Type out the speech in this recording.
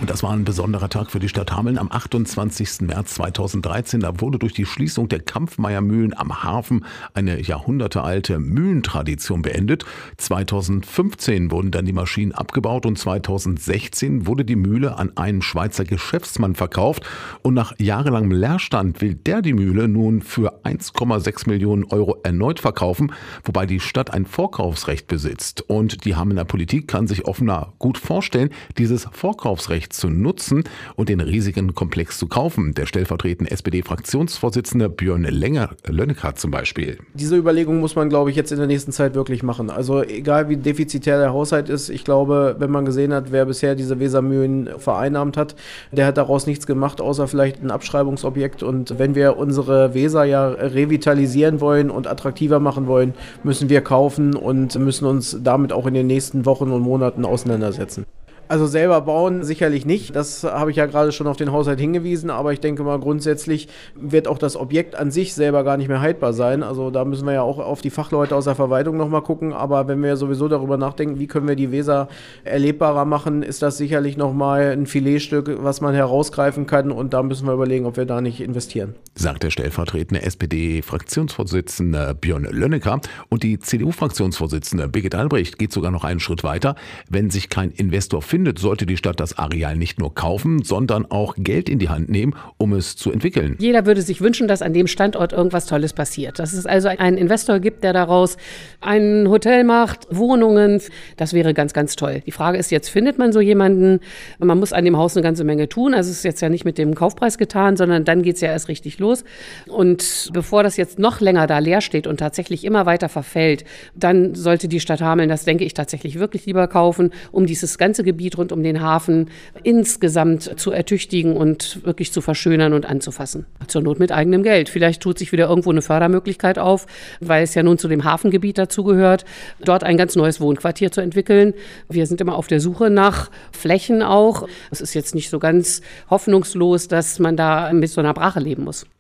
Das war ein besonderer Tag für die Stadt Hameln am 28. März 2013. Da wurde durch die Schließung der Kampffmeyer-Mühlen am Hafen eine jahrhundertealte Mühlentradition beendet. 2015 wurden dann die Maschinen abgebaut und 2016 wurde die Mühle an einen Schweizer Geschäftsmann verkauft. Und nach jahrelangem Leerstand will der die Mühle nun für 1,6 Millionen Euro erneut verkaufen, wobei die Stadt ein Vorkaufsrecht besitzt. Und die Hamelner Politik kann sich offenbar gut vorstellen, dieses Vorkaufsrecht zu nutzen und den riesigen Komplex zu kaufen. Der stellvertretende SPD-Fraktionsvorsitzende Björn Lönnecker zum Beispiel. Diese Überlegung muss man, glaube ich, jetzt in der nächsten Zeit wirklich machen. Also egal wie defizitär der Haushalt ist, ich glaube, wenn man gesehen hat, wer bisher diese Wesermühlen vereinnahmt hat, der hat daraus nichts gemacht, außer vielleicht ein Abschreibungsobjekt. Und wenn wir unsere Weser ja revitalisieren wollen und attraktiver machen wollen, müssen wir kaufen und müssen uns damit auch in den nächsten Wochen und Monaten auseinandersetzen. Also selber bauen sicherlich nicht, das habe ich ja gerade schon auf den Haushalt hingewiesen, aber ich denke mal grundsätzlich wird auch das Objekt an sich selber gar nicht mehr haltbar sein. Also da müssen wir ja auch auf die Fachleute aus der Verwaltung nochmal gucken, aber wenn wir sowieso darüber nachdenken, wie können wir die Weser erlebbarer machen, ist das sicherlich nochmal ein Filetstück, was man herausgreifen kann und da müssen wir überlegen, ob wir da nicht investieren. Sagt der stellvertretende SPD-Fraktionsvorsitzende Björn Lönnecker und die CDU-Fraktionsvorsitzende Birgit Albrecht geht sogar noch einen Schritt weiter. Wenn sich kein Investor findet, sollte die Stadt das Areal nicht nur kaufen, sondern auch Geld in die Hand nehmen, um es zu entwickeln. Jeder würde sich wünschen, dass an dem Standort irgendwas Tolles passiert. Dass es also einen Investor gibt, der daraus ein Hotel macht, Wohnungen. Das wäre ganz, ganz toll. Die Frage ist jetzt, findet man so jemanden? Man muss an dem Haus eine ganze Menge tun. Also es ist jetzt ja nicht mit dem Kaufpreis getan, sondern dann geht es ja erst richtig los. Und bevor das jetzt noch länger da leer steht und tatsächlich immer weiter verfällt, dann sollte die Stadt Hameln, das denke ich, tatsächlich wirklich lieber kaufen, um dieses ganze Gebiet rund um den Hafen insgesamt zu ertüchtigen und wirklich zu verschönern und anzufassen. Zur Not mit eigenem Geld. Vielleicht tut sich wieder irgendwo eine Fördermöglichkeit auf, weil es ja nun zu dem Hafengebiet dazugehört, dort ein ganz neues Wohnquartier zu entwickeln. Wir sind immer auf der Suche nach Flächen auch. Es ist jetzt nicht so ganz hoffnungslos, dass man da mit so einer Brache leben muss.